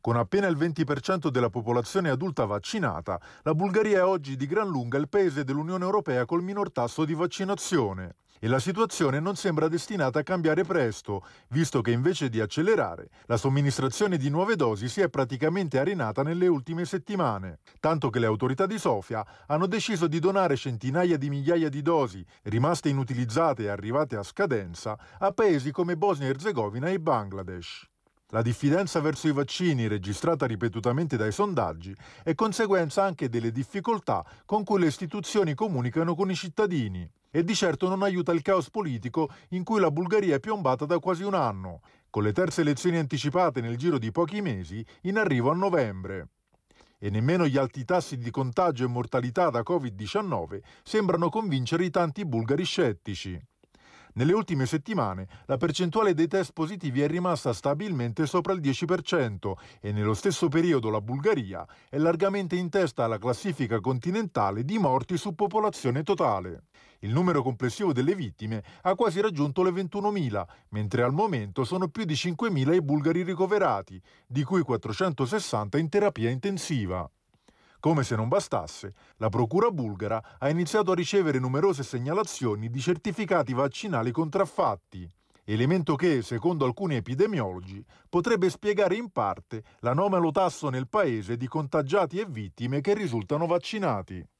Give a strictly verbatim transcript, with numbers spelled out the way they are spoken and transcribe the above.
Con appena il venti per cento della popolazione adulta vaccinata, la Bulgaria è oggi di gran lunga il paese dell'Unione Europea col minor tasso di vaccinazione. E la situazione non sembra destinata a cambiare presto, visto che invece di accelerare, la somministrazione di nuove dosi si è praticamente arenata nelle ultime settimane. Tanto che le autorità di Sofia hanno deciso di donare centinaia di migliaia di dosi, rimaste inutilizzate e arrivate a scadenza, a paesi come Bosnia e Erzegovina e Bangladesh. La diffidenza verso i vaccini, registrata ripetutamente dai sondaggi, è conseguenza anche delle difficoltà con cui le istituzioni comunicano con i cittadini. E di certo non aiuta il caos politico in cui la Bulgaria è piombata da quasi un anno, con le terze elezioni anticipate nel giro di pochi mesi in arrivo a novembre. E nemmeno gli alti tassi di contagio e mortalità da covid diciannove sembrano convincere i tanti bulgari scettici. Nelle ultime settimane la percentuale dei test positivi è rimasta stabilmente sopra il dieci per cento e nello stesso periodo la Bulgaria è largamente in testa alla classifica continentale di morti su popolazione totale. Il numero complessivo delle vittime ha quasi raggiunto le ventunomila, mentre al momento sono più di cinquemila i bulgari ricoverati, di cui quattrocentosessanta in terapia intensiva. Come se non bastasse, la procura bulgara ha iniziato a ricevere numerose segnalazioni di certificati vaccinali contraffatti, elemento che, secondo alcuni epidemiologi, potrebbe spiegare in parte l'anomalo tasso nel paese di contagiati e vittime che risultano vaccinati.